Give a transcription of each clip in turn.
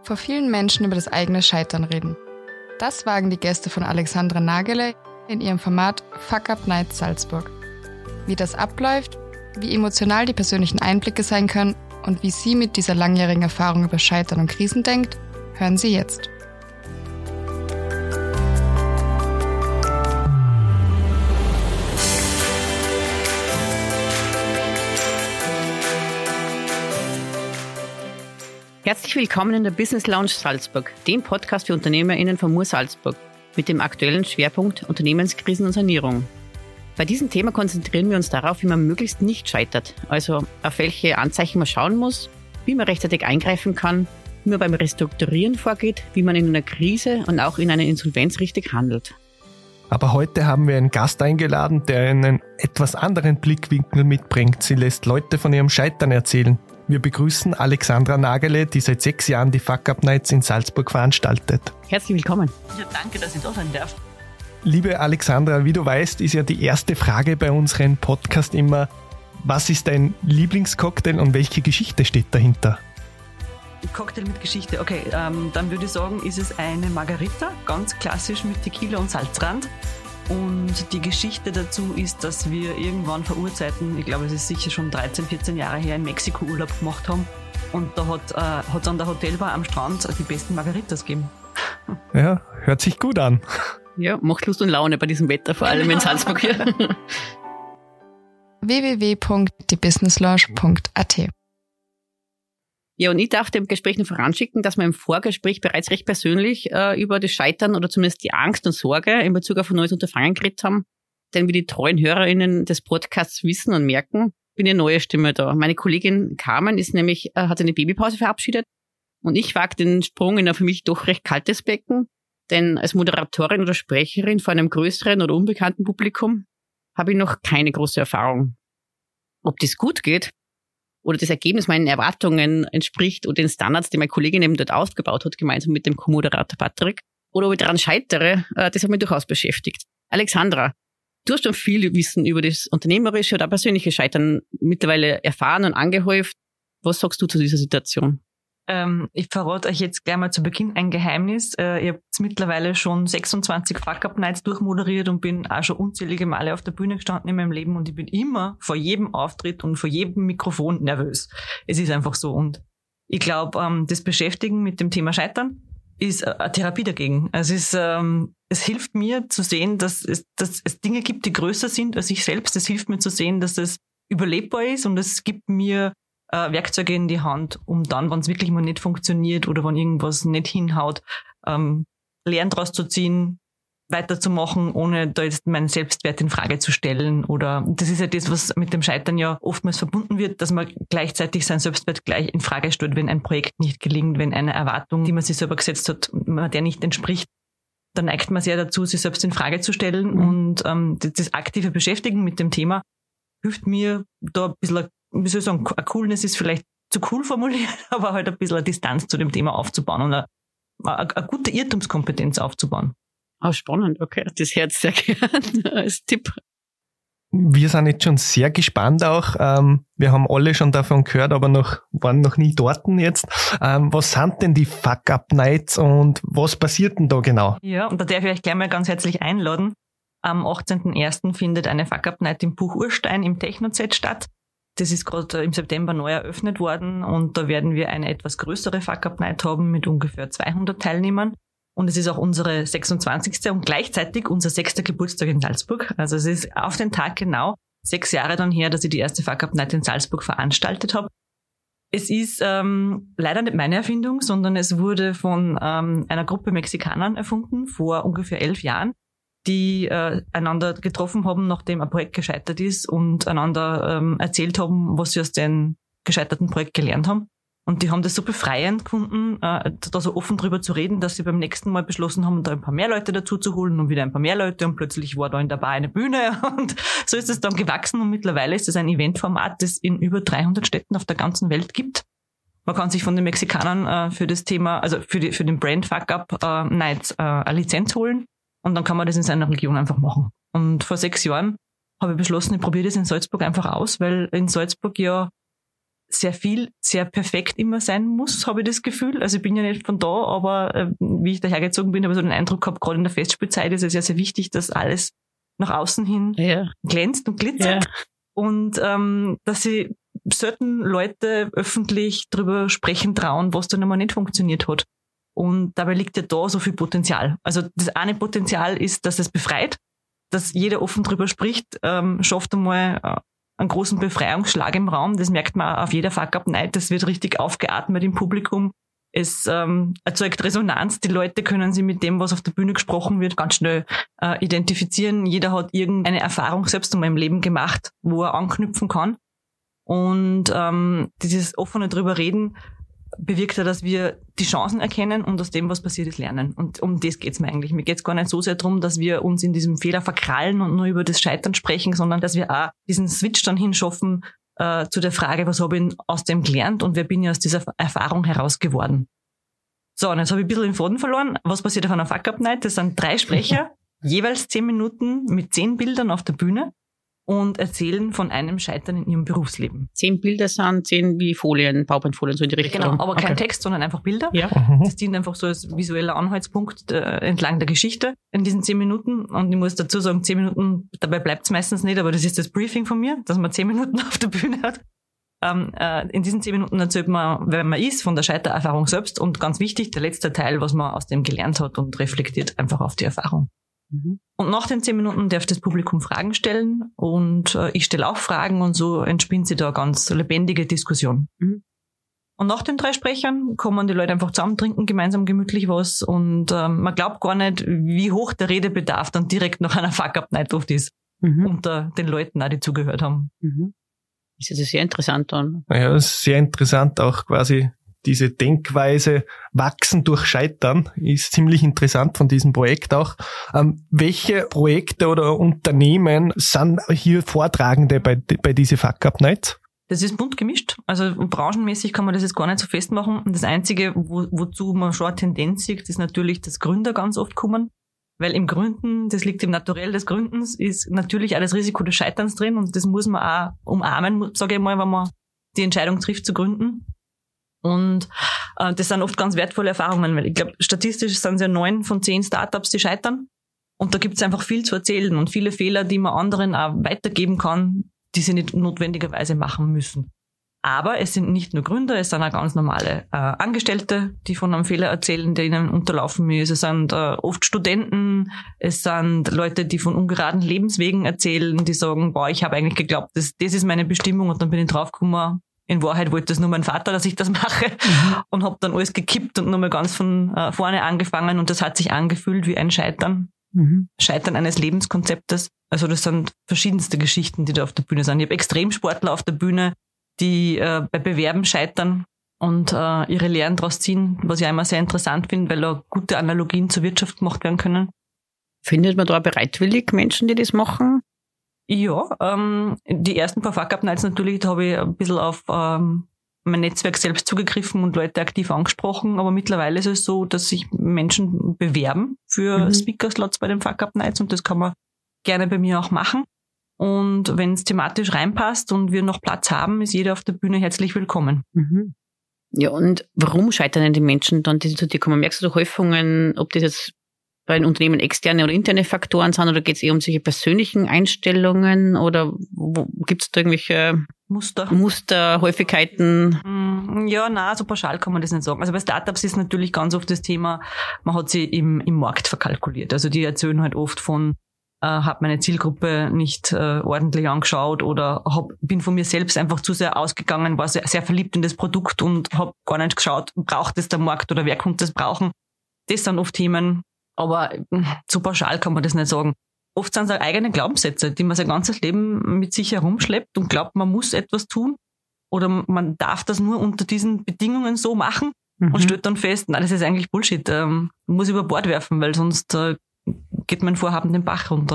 Vor vielen Menschen über das eigene Scheitern reden. Das wagen die Gäste von Alexandra Nagele in ihrem Format Fuck Up Nights Salzburg. Wie das abläuft, wie emotional die persönlichen Einblicke sein können und wie sie mit dieser langjährigen Erfahrung über Scheitern und Krisen denkt, hören Sie jetzt. Herzlich willkommen in der Business Lounge Salzburg, dem Podcast für UnternehmerInnen von Mur Salzburg mit dem aktuellen Schwerpunkt Unternehmenskrisen und Sanierung. Bei diesem Thema konzentrieren wir uns darauf, wie man möglichst nicht scheitert, also auf welche Anzeichen man schauen muss, wie man rechtzeitig eingreifen kann, wie man beim Restrukturieren vorgeht, wie man in einer Krise und auch in einer Insolvenz richtig handelt. Aber heute haben wir einen Gast eingeladen, der einen etwas anderen Blickwinkel mitbringt. Sie lässt Leute von ihrem Scheitern erzählen. Wir begrüßen Alexandra Nagele, die seit 6 Jahren die Fuck Up Nights in Salzburg veranstaltet. Herzlich willkommen. Ja, danke, dass ich da sein darf. Liebe Alexandra, wie du weißt, ist ja die erste Frage bei unserem Podcast immer, was ist dein Lieblingscocktail und welche Geschichte steht dahinter? Cocktail mit Geschichte, okay, dann würde ich sagen, ist es eine Margarita, ganz klassisch mit Tequila und Salzrand. Und die Geschichte dazu ist, dass wir irgendwann vor Urzeiten, ich glaube, es ist sicher schon 13, 14 Jahre her, in Mexiko Urlaub gemacht haben. Und da hat es an der Hotelbar am Strand die besten Margaritas gegeben. Ja, hört sich gut an. Ja, macht Lust und Laune bei diesem Wetter, vor allem in Salzburg hier. www.diebusinesslounge.at. Ja, und ich darf dem Gespräch noch voranschicken, dass wir im Vorgespräch bereits recht persönlich über das Scheitern oder zumindest die Angst und Sorge in Bezug auf ein neues Unterfangen geredet haben. Denn wie die treuen HörerInnen des Podcasts wissen und merken, bin ich eine neue Stimme da. Meine Kollegin Carmen hat eine Babypause verabschiedet und ich wage den Sprung in ein für mich doch recht kaltes Becken. Denn als Moderatorin oder Sprecherin vor einem größeren oder unbekannten Publikum habe ich noch keine große Erfahrung. Ob das gut geht oder das Ergebnis meinen Erwartungen entspricht und den Standards, die meine Kollegin eben dort aufgebaut hat, gemeinsam mit dem Co-Moderator Patrick, oder ob ich daran scheitere, das hat mich durchaus beschäftigt. Alexandra, du hast schon viel Wissen über das unternehmerische oder persönliche Scheitern mittlerweile erfahren und angehäuft. Was sagst du zu dieser Situation? Ich verrate euch jetzt gleich mal zu Beginn ein Geheimnis. Ich habe jetzt mittlerweile schon 26 Fuck-Up-Nights durchmoderiert und bin auch schon unzählige Male auf der Bühne gestanden in meinem Leben und ich bin immer vor jedem Auftritt und vor jedem Mikrofon nervös. Es ist einfach so und ich glaube, das Beschäftigen mit dem Thema Scheitern ist eine Therapie dagegen. Es hilft mir zu sehen, dass es Dinge gibt, die größer sind als ich selbst. Es hilft mir zu sehen, dass es überlebbar ist und es gibt mir Werkzeuge in die Hand, um dann, wenn es wirklich mal nicht funktioniert oder wenn irgendwas nicht hinhaut, Lehren draus zu ziehen, weiterzumachen, ohne da jetzt meinen Selbstwert in Frage zu stellen. Oder das ist ja das, was mit dem Scheitern ja oftmals verbunden wird, dass man gleichzeitig seinen Selbstwert gleich in Frage stellt, wenn ein Projekt nicht gelingt, wenn eine Erwartung, die man sich selber gesetzt hat, der nicht entspricht. Dann neigt man sehr dazu, sich selbst in Frage zu stellen. Und das aktive Beschäftigen mit dem Thema hilft mir da ein bisschen, wie soll ich sagen, eine Coolness ist vielleicht zu cool formuliert, aber halt ein bisschen eine Distanz zu dem Thema aufzubauen und eine gute Irrtumskompetenz aufzubauen. Ah, spannend, okay. Das hört sehr gern als Tipp. Wir sind jetzt schon sehr gespannt auch. Wir haben alle schon davon gehört, aber waren noch nie dort jetzt. Was sind denn die Fuck-Up-Nights und was passiert denn da genau? Ja, und da darf ich euch gleich mal ganz herzlich einladen. Am 18.01. findet eine Fuck-Up-Night im Buch Urstein im Techno-Z statt. Das ist gerade im September neu eröffnet worden und da werden wir eine etwas größere Fuck-Up-Night haben mit ungefähr 200 Teilnehmern. Und es ist auch unsere 26. und gleichzeitig unser 6. Geburtstag in Salzburg. Also es ist auf den Tag genau 6 Jahre dann her, dass ich die erste Fuck-Up-Night in Salzburg veranstaltet habe. Es ist leider nicht meine Erfindung, sondern es wurde von einer Gruppe Mexikanern erfunden vor ungefähr 11 Jahren, die einander getroffen haben, nachdem ein Projekt gescheitert ist und einander erzählt haben, was sie aus dem gescheiterten Projekt gelernt haben. Und die haben das so befreiend gefunden, da so offen drüber zu reden, dass sie beim nächsten Mal beschlossen haben, da ein paar mehr Leute dazu zu holen und wieder ein paar mehr Leute und plötzlich war da in der Bar eine Bühne und so ist es dann gewachsen und mittlerweile ist es ein Eventformat, das in über 300 Städten auf der ganzen Welt gibt. Man kann sich von den Mexikanern für das Thema, also für den Brand Fuck Up Nights eine Lizenz holen und dann kann man das in seiner Region einfach machen. Und vor 6 Jahren habe ich beschlossen, ich probiere das in Salzburg einfach aus, weil in Salzburg ja sehr viel, sehr perfekt immer sein muss, habe ich das Gefühl. Also ich bin ja nicht von da, aber wie ich dahergezogen bin, habe ich so den Eindruck gehabt, gerade in der Festspielzeit ist es ja sehr wichtig, dass alles nach außen hin glänzt und glitzert. Ja. Und dass sie selten Leute öffentlich drüber sprechen trauen, was dann einmal nicht funktioniert hat. Und dabei liegt ja da so viel Potenzial. Also das eine Potenzial ist, dass es befreit, dass jeder offen drüber spricht, schafft einmal einen großen Befreiungsschlag im Raum. Das merkt man auf jeder Fuck-Up-Night. Das wird richtig aufgeatmet im Publikum. Es erzeugt Resonanz. Die Leute können sich mit dem, was auf der Bühne gesprochen wird, ganz schnell identifizieren. Jeder hat irgendeine Erfahrung selbst einmal im Leben gemacht, wo er anknüpfen kann. Und dieses offene drüber reden bewirkt ja, dass wir die Chancen erkennen und aus dem, was passiert ist, lernen. Und um das geht's mir eigentlich. Mir geht's gar nicht so sehr darum, dass wir uns in diesem Fehler verkrallen und nur über das Scheitern sprechen, sondern dass wir auch diesen Switch dann hinschaffen zu der Frage, was habe ich aus dem gelernt und wer bin ich aus dieser Erfahrung heraus geworden. So, und jetzt habe ich ein bisschen den Faden verloren. Was passiert auf einer Fuck-Up-Night? Das sind 3 Sprecher, jeweils 10 Minuten mit 10 Bildern auf der Bühne und erzählen von einem Scheitern in ihrem Berufsleben. 10 Bilder sind 10 wie Folien, PowerPoint-Folien, so in die Richtung. Genau, aber kein Text, sondern einfach Bilder. Ja. Das dient einfach so als visueller Anhaltspunkt entlang der Geschichte in diesen 10 Minuten. Und ich muss dazu sagen, 10 Minuten, dabei bleibt es meistens nicht, aber das ist das Briefing von mir, dass man 10 Minuten auf der Bühne hat. In diesen 10 Minuten erzählt man, wer man ist, von der Scheitererfahrung selbst und ganz wichtig, der letzte Teil, was man aus dem gelernt hat und reflektiert einfach auf die Erfahrung. Und nach den 10 Minuten darf das Publikum Fragen stellen und ich stelle auch Fragen und so entspinnt sich da eine ganz lebendige Diskussion. Und nach den 3 Sprechern kommen die Leute einfach zusammen, trinken gemeinsam gemütlich was und man glaubt gar nicht, wie hoch der Redebedarf dann direkt nach einer Fuck-Up-Night oft ist unter den Leuten, auch, die zugehört haben. Das ist sehr interessant dann. Ja, das ist sehr interessant auch quasi. Diese Denkweise wachsen durch Scheitern ist ziemlich interessant von diesem Projekt auch. Welche Projekte oder Unternehmen sind hier Vortragende bei diese Fuck-Up-Nights? Das ist bunt gemischt. Also branchenmäßig kann man das jetzt gar nicht so festmachen. Das Einzige, wozu man schon eine Tendenz sieht, ist natürlich, dass Gründer ganz oft kommen. Weil im Gründen, das liegt im Naturell des Gründens, ist natürlich auch das Risiko des Scheiterns drin und das muss man auch umarmen, sage ich mal, wenn man die Entscheidung trifft zu gründen. Und das sind oft ganz wertvolle Erfahrungen, weil ich glaube, statistisch sind es ja 9 von 10 Startups, die scheitern. Und da gibt es einfach viel zu erzählen und viele Fehler, die man anderen auch weitergeben kann, die sie nicht notwendigerweise machen müssen. Aber es sind nicht nur Gründer, es sind auch ganz normale Angestellte, die von einem Fehler erzählen, der ihnen unterlaufen ist. Es sind oft Studenten, es sind Leute, die von ungeraden Lebenswegen erzählen, die sagen, boah, ich habe eigentlich geglaubt, das ist meine Bestimmung und dann bin ich draufgekommen, in Wahrheit wollte das nur mein Vater, dass ich das mache und habe dann alles gekippt und nochmal ganz von vorne angefangen und das hat sich angefühlt wie ein Scheitern. Scheitern eines Lebenskonzeptes. Also das sind verschiedenste Geschichten, die da auf der Bühne sind. Ich habe Extremsportler auf der Bühne, die bei Bewerben scheitern und ihre Lehren daraus ziehen, was ich einmal sehr interessant finde, weil da gute Analogien zur Wirtschaft gemacht werden können. Findet man da bereitwillig Menschen, die das machen? Ja, die ersten paar Fuck-Up-Nights natürlich, da habe ich ein bisschen auf mein Netzwerk selbst zugegriffen und Leute aktiv angesprochen, aber mittlerweile ist es so, dass sich Menschen bewerben für Speaker-Slots bei den Fuck-Up-Nights und das kann man gerne bei mir auch machen. Und wenn es thematisch reinpasst und wir noch Platz haben, ist jeder auf der Bühne herzlich willkommen. Ja, und warum scheitern denn die Menschen dann, die zu dir kommen? Merkst du da Häufungen, ob das jetzt bei den Unternehmen externe oder interne Faktoren sind oder geht es eher um solche persönlichen Einstellungen oder gibt es da irgendwelche Muster, Häufigkeiten? Ja, nein, so pauschal kann man das nicht sagen. Also bei Startups ist natürlich ganz oft das Thema, man hat sie im Markt verkalkuliert. Also die erzählen halt oft von, habe meine Zielgruppe nicht ordentlich angeschaut oder bin von mir selbst einfach zu sehr ausgegangen, war sehr, sehr verliebt in das Produkt und habe gar nicht geschaut, braucht es der Markt oder wer könnte das brauchen. Das sind oft Themen, aber so pauschal kann man das nicht sagen. Oft sind es auch eigene Glaubenssätze, die man sein ganzes Leben mit sich herumschleppt und glaubt, man muss etwas tun oder man darf das nur unter diesen Bedingungen so machen und stellt dann fest, nein, das ist eigentlich Bullshit, muss über Bord werfen, weil sonst geht mein Vorhaben den Bach runter.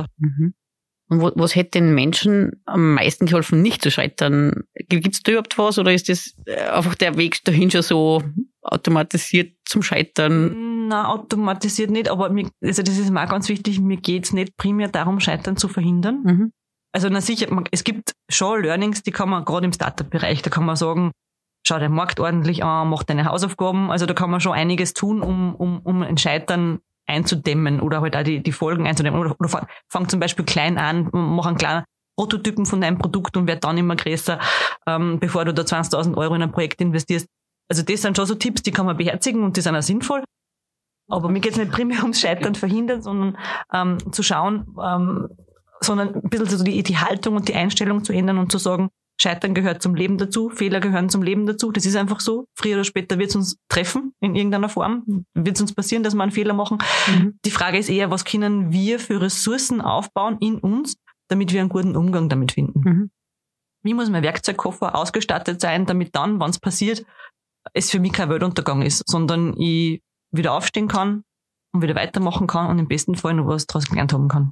Und was hätte den Menschen am meisten geholfen, nicht zu scheitern? Gibt es da überhaupt was oder ist das einfach der Weg dahin schon so automatisiert zum Scheitern? Nein, automatisiert nicht, aber also das ist mir auch ganz wichtig, mir geht's nicht primär darum, Scheitern zu verhindern. Also na sicher, es gibt schon Learnings, die kann man gerade im Startup-Bereich, da kann man sagen, schau den Markt ordentlich an, mach deine Hausaufgaben. Also da kann man schon einiges tun, um ein Scheitern einzudämmen oder halt auch die Folgen einzudämmen. Oder fang zum Beispiel klein an, mach einen kleinen Prototypen von deinem Produkt und werd dann immer größer, bevor du da 20.000 € in ein Projekt investierst. Also das sind schon so Tipps, die kann man beherzigen und die sind auch sinnvoll. Aber mir geht's nicht primär ums Scheitern verhindern, sondern zu schauen, sondern ein bisschen so die Haltung und die Einstellung zu ändern und zu sagen, Scheitern gehört zum Leben dazu, Fehler gehören zum Leben dazu. Das ist einfach so. Früher oder später wird es uns treffen in irgendeiner Form. Wird es uns passieren, dass wir einen Fehler machen. Die Frage ist eher, was können wir für Ressourcen aufbauen in uns, damit wir einen guten Umgang damit finden. Wie muss mein Werkzeugkoffer ausgestattet sein, damit dann, wenn es passiert, es für mich kein Weltuntergang ist, sondern ich wieder aufstehen kann und wieder weitermachen kann und im besten Fall noch was daraus gelernt haben kann.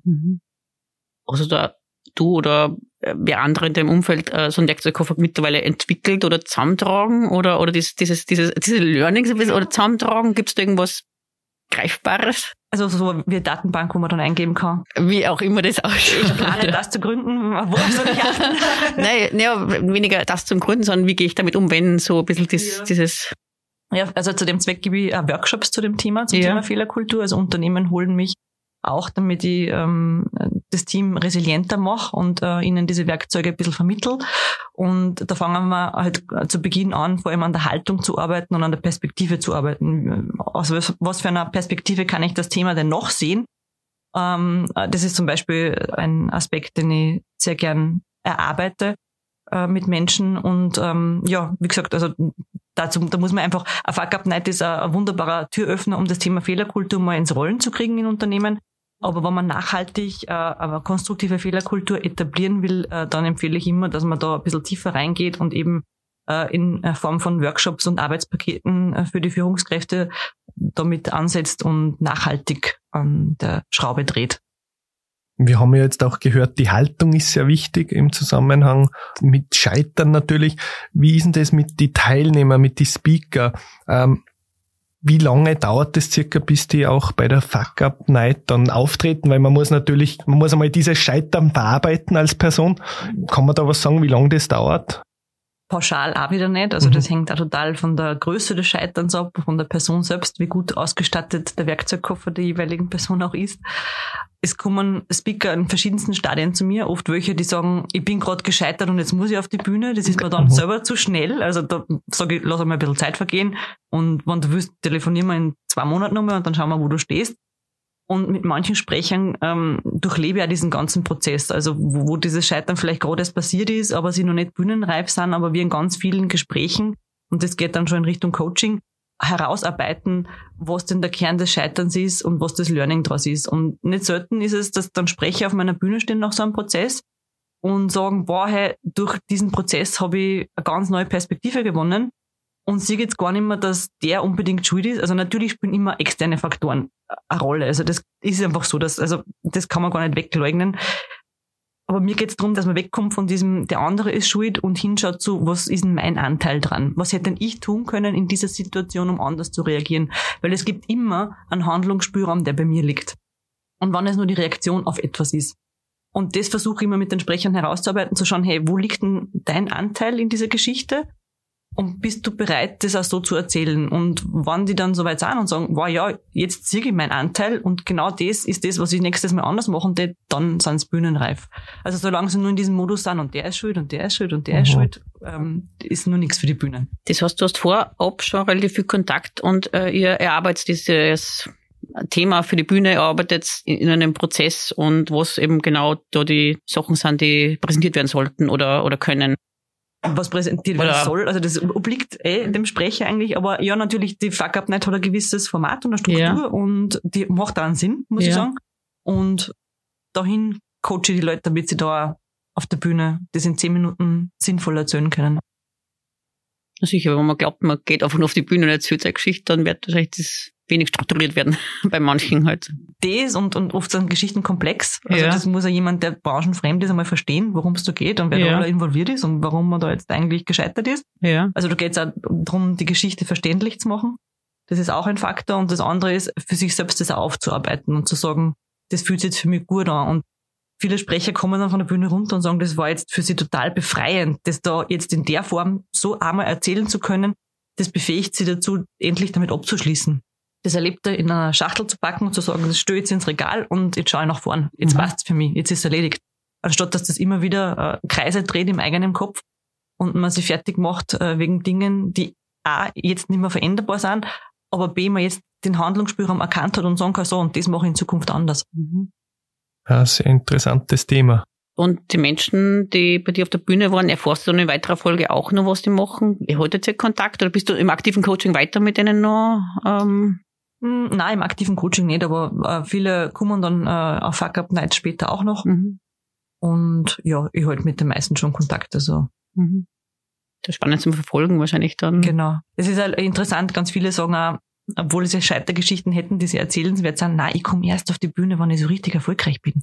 Also da du oder wer andere in deinem Umfeld so einen Werkzeugkoffer mittlerweile entwickelt oder zusammentragen oder diese Learnings ein bisschen oder zusammentragen? Gibt es da irgendwas Greifbares? Also so wie eine Datenbank, wo man dann eingeben kann. Wie auch immer das aussieht. Ich plane das zu gründen, worauf soll ich achten? Nein, weniger das zum Gründen, sondern wie gehe ich damit um, wenn so ein bisschen dieses... Ja, also zu dem Zweck gebe ich auch Workshops zu dem Thema, zum Thema Fehlerkultur. Also Unternehmen holen mich auch, damit ich das Team resilienter mache und ihnen diese Werkzeuge ein bisschen vermittle. Und da fangen wir halt zu Beginn an, vor allem an der Haltung zu arbeiten und an der Perspektive zu arbeiten. Aus was für einer Perspektive kann ich das Thema denn noch sehen? Das ist zum Beispiel ein Aspekt, den ich sehr gern erarbeite mit Menschen. Und wie gesagt, also da muss man einfach, ein Fuck-Up-Night ist ein wunderbarer Türöffner, um das Thema Fehlerkultur mal ins Rollen zu kriegen in Unternehmen. Aber wenn man nachhaltig eine konstruktive Fehlerkultur etablieren will, dann empfehle ich immer, dass man da ein bisschen tiefer reingeht und eben in Form von Workshops und Arbeitspaketen für die Führungskräfte damit ansetzt und nachhaltig an der Schraube dreht. Wir haben ja jetzt auch gehört, die Haltung ist sehr wichtig im Zusammenhang mit Scheitern natürlich. Wie ist denn das mit die Teilnehmer, mit die Speaker? Wie lange dauert es circa, bis die auch bei der Fuck-Up-Night dann auftreten? Weil man muss einmal dieses Scheitern verarbeiten als Person. Kann man da was sagen, wie lange das dauert? Pauschal auch wieder nicht. Also das hängt auch total von der Größe des Scheiterns ab, von der Person selbst, wie gut ausgestattet der Werkzeugkoffer der jeweiligen Person auch ist. Es kommen Speaker in verschiedensten Stadien zu mir, oft welche, die sagen, ich bin gerade gescheitert und jetzt muss ich auf die Bühne. Das ist mir dann selber zu schnell. Also da sage ich, lass mal ein bisschen Zeit vergehen und wenn du willst, telefonieren wir in 2 Monaten nochmal und dann schauen wir, wo du stehst. Und mit manchen Sprechern durchlebe ich auch diesen ganzen Prozess, also wo dieses Scheitern vielleicht gerade erst passiert ist, aber sie noch nicht bühnenreif sind, aber wir in ganz vielen Gesprächen, und das geht dann schon in Richtung Coaching, herausarbeiten, was denn der Kern des Scheiterns ist und was das Learning daraus ist. Und nicht selten ist es, dass dann Sprecher auf meiner Bühne stehen nach so einem Prozess und sagen, boah, hey, durch diesen Prozess habe ich eine ganz neue Perspektive gewonnen und sehe jetzt gar nicht mehr, dass der unbedingt schuld ist. Also natürlich spielen immer externe Faktoren eine Rolle. Also das ist einfach so, das kann man gar nicht wegleugnen. Aber mir geht es darum, dass man wegkommt von diesem, der andere ist schuld und hinschaut zu, was ist denn mein Anteil dran? Was hätte denn ich tun können in dieser Situation, um anders zu reagieren? Weil es gibt immer einen Handlungsspielraum, der bei mir liegt. Und wann es nur die Reaktion auf etwas ist. Und das versuche ich immer mit den Sprechern herauszuarbeiten, zu schauen, hey, wo liegt denn dein Anteil in dieser Geschichte? Und bist du bereit, das auch so zu erzählen? Und wenn die dann soweit sind und sagen, wow, ja, jetzt sehe ich meinen Anteil und genau das ist das, was ich nächstes Mal anders machen will, dann sind sie bühnenreif. Also solange sie nur in diesem Modus sind und der ist schuld und der ist schuld und der ist schuld, ist nur nichts für die Bühne. Das heißt, du hast vorab schon relativ viel Kontakt und ihr erarbeitet dieses Thema für die Bühne, erarbeitet in einem Prozess und was eben genau da die Sachen sind, die präsentiert werden sollten oder können. Was präsentiert werden soll. Also das obliegt dem Sprecher eigentlich, aber ja, natürlich, die Fuck-Up-Night hat ein gewisses Format und eine Struktur und die macht auch einen Sinn, muss ich sagen. Und dahin coache ich die Leute, damit sie da auf der Bühne das in 10 Minuten sinnvoll erzählen können. Sicher, wenn man glaubt, man geht einfach nur auf die Bühne und erzählt seine Geschichte, dann wird wahrscheinlich das wenig strukturiert werden, bei manchen halt. Das und oft sind Geschichten komplex. Also das muss ja jemand, der branchenfremd ist, einmal verstehen, worum es da geht und wer da alle involviert ist und warum man da jetzt eigentlich gescheitert ist. Ja. Also da geht es auch darum, die Geschichte verständlich zu machen. Das ist auch ein Faktor. Und das andere ist, für sich selbst das auch aufzuarbeiten und zu sagen, das fühlt sich jetzt für mich gut an. Und viele Sprecher kommen dann von der Bühne runter und sagen, das war jetzt für sie total befreiend, das da jetzt in der Form so einmal erzählen zu können. Das befähigt sie dazu, endlich damit abzuschließen. Das Erlebte in einer Schachtel zu packen und zu sagen, das stelle ich jetzt ins Regal und jetzt schaue ich nach vorn. Jetzt passt's für mich, jetzt ist es erledigt. Anstatt dass das immer wieder Kreise dreht im eigenen Kopf und man sich fertig macht wegen Dingen, die A, jetzt nicht mehr veränderbar sind, aber B, man jetzt den Handlungsspielraum erkannt hat und sagen kann, so, und das mache ich in Zukunft anders. Ein sehr interessantes Thema. Und die Menschen, die bei dir auf der Bühne waren, erfährst du dann in weiterer Folge auch noch, was die machen? Haltet ihr Kontakt oder bist du im aktiven Coaching weiter mit denen noch? Nein, im aktiven Coaching nicht, aber viele kommen dann auf Fuck Up Nights später auch noch. Und ja, ich halte mit den meisten schon Kontakt. Also. Das ist spannend zum Verfolgen wahrscheinlich dann. Genau. Es ist halt interessant, ganz viele sagen auch, obwohl sie Scheitergeschichten hätten, die sie erzählenswert sind, nein, ich komme erst auf die Bühne, wenn ich so richtig erfolgreich bin.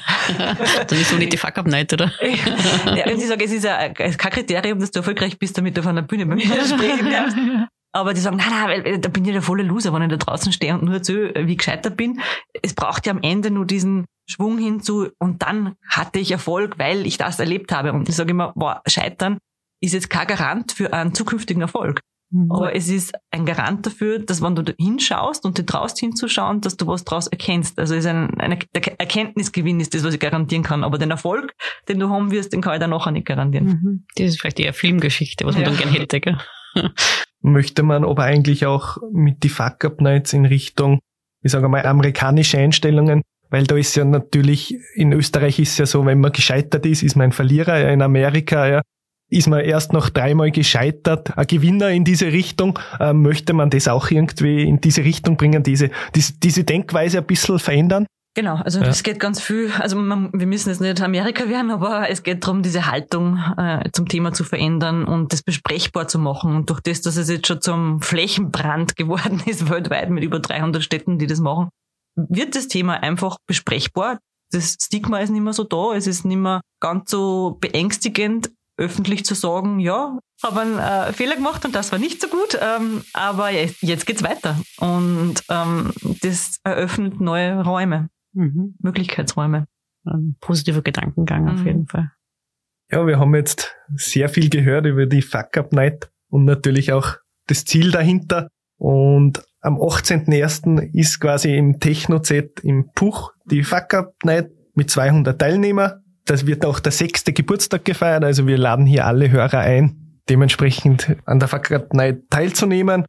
Dann ist so nicht die Fuck Up Night, oder? Ja, und ich sage, es ist kein Kriterium, dass du erfolgreich bist, damit du auf einer Bühne mit mir sprechen darfst. Aber die sagen, nein, weil da bin ich der volle Loser, wenn ich da draußen stehe und nur erzähle, wie ich gescheitert bin. Es braucht ja am Ende nur diesen Schwung hinzu und dann hatte ich Erfolg, weil ich das erlebt habe. Und ich sage immer, boah, Scheitern ist jetzt kein Garant für einen zukünftigen Erfolg. Aber es ist ein Garant dafür, dass wenn du da hinschaust und dir traust hinzuschauen, dass du was draus erkennst. Also es ist der Erkenntnisgewinn ist das, was ich garantieren kann. Aber den Erfolg, den du haben wirst, den kann ich dann nachher nicht garantieren. Das ist vielleicht eher Filmgeschichte, was man dann gerne hätte, gell? Möchte man aber eigentlich auch mit die Fuck Up Nights in Richtung, ich sage mal, amerikanische Einstellungen, weil da ist ja natürlich, in Österreich ist ja so, wenn man gescheitert ist man ein Verlierer, in Amerika, ist man erst noch 3-mal gescheitert, ein Gewinner in diese Richtung. Möchte man das auch irgendwie in diese Richtung bringen, diese Denkweise ein bisschen verändern? Genau, also es geht ganz viel, also wir müssen jetzt nicht Amerika werden, aber es geht darum, diese Haltung zum Thema zu verändern und das besprechbar zu machen. Und durch das, dass es jetzt schon zum Flächenbrand geworden ist, weltweit mit über 300 Städten, die das machen, wird das Thema einfach besprechbar. Das Stigma ist nicht mehr so da, es ist nicht mehr ganz so beängstigend, öffentlich zu sagen, ja, habe einen Fehler gemacht und das war nicht so gut, aber jetzt geht's weiter. Und das eröffnet neue Räume, Möglichkeitsräume. Ein positiver Gedankengang auf jeden Fall. Ja, wir haben jetzt sehr viel gehört über die Fuck Up Night und natürlich auch das Ziel dahinter. Und am 18.01. ist quasi im Techno-Z im Puch die Fuck Up Night mit 200 Teilnehmern. Das wird auch der 6. Geburtstag gefeiert, also wir laden hier alle Hörer ein, dementsprechend an der Fuck Up Night teilzunehmen.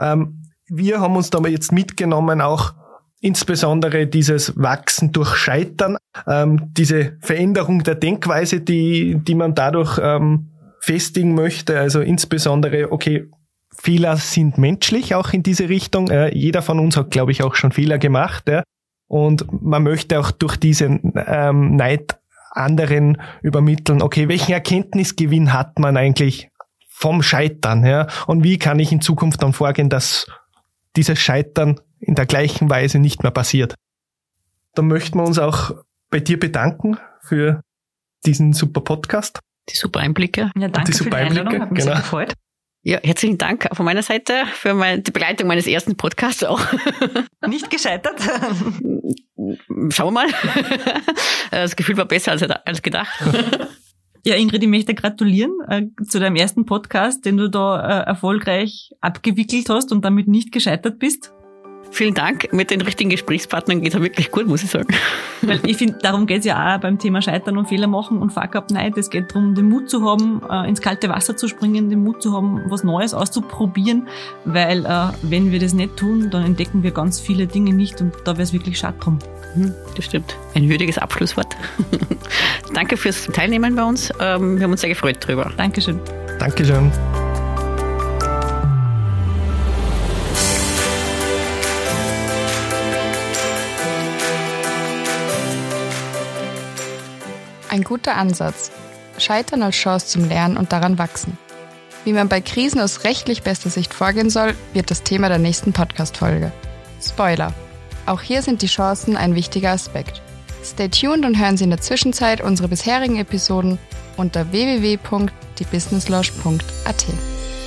Wir haben uns da aber jetzt mitgenommen, auch insbesondere dieses Wachsen durch Scheitern, diese Veränderung der Denkweise, die man dadurch festigen möchte, also insbesondere, okay, Fehler sind menschlich auch in diese Richtung. Jeder von uns hat, glaube ich, auch schon Fehler gemacht. Und man möchte auch durch diese Neid anderen übermitteln, okay, welchen Erkenntnisgewinn hat man eigentlich vom Scheitern, und wie kann ich in Zukunft dann vorgehen, dass dieses Scheitern in der gleichen Weise nicht mehr passiert. Da möchten wir uns auch bei dir bedanken für diesen super Podcast. Die super Einblicke. Ja, danke für die Einladung, hat mich sehr gefreut. Ja, herzlichen Dank von meiner Seite für die Begleitung meines ersten Podcasts auch. Nicht gescheitert. Schauen wir mal. Das Gefühl war besser als gedacht. Ja, Ingrid, ich möchte gratulieren zu deinem ersten Podcast, den du da erfolgreich abgewickelt hast und damit nicht gescheitert bist. Vielen Dank. Mit den richtigen Gesprächspartnern geht es wirklich gut, muss ich sagen. Weil ich finde, darum geht es ja auch beim Thema Scheitern und Fehler machen und Fuck Up Night. Es geht darum, den Mut zu haben, ins kalte Wasser zu springen, den Mut zu haben, was Neues auszuprobieren, weil wenn wir das nicht tun, dann entdecken wir ganz viele Dinge nicht und da wäre es wirklich schade drum. Das stimmt. Ein würdiges Abschlusswort. Danke fürs Teilnehmen bei uns. Wir haben uns sehr gefreut drüber. Dankeschön. Dankeschön. Ein guter Ansatz. Scheitern als Chance zum Lernen und daran wachsen. Wie man bei Krisen aus rechtlich bester Sicht vorgehen soll, wird das Thema der nächsten Podcast-Folge. Spoiler. Auch hier sind die Chancen ein wichtiger Aspekt. Stay tuned und hören Sie in der Zwischenzeit unsere bisherigen Episoden unter www.diebusinesslounge.at.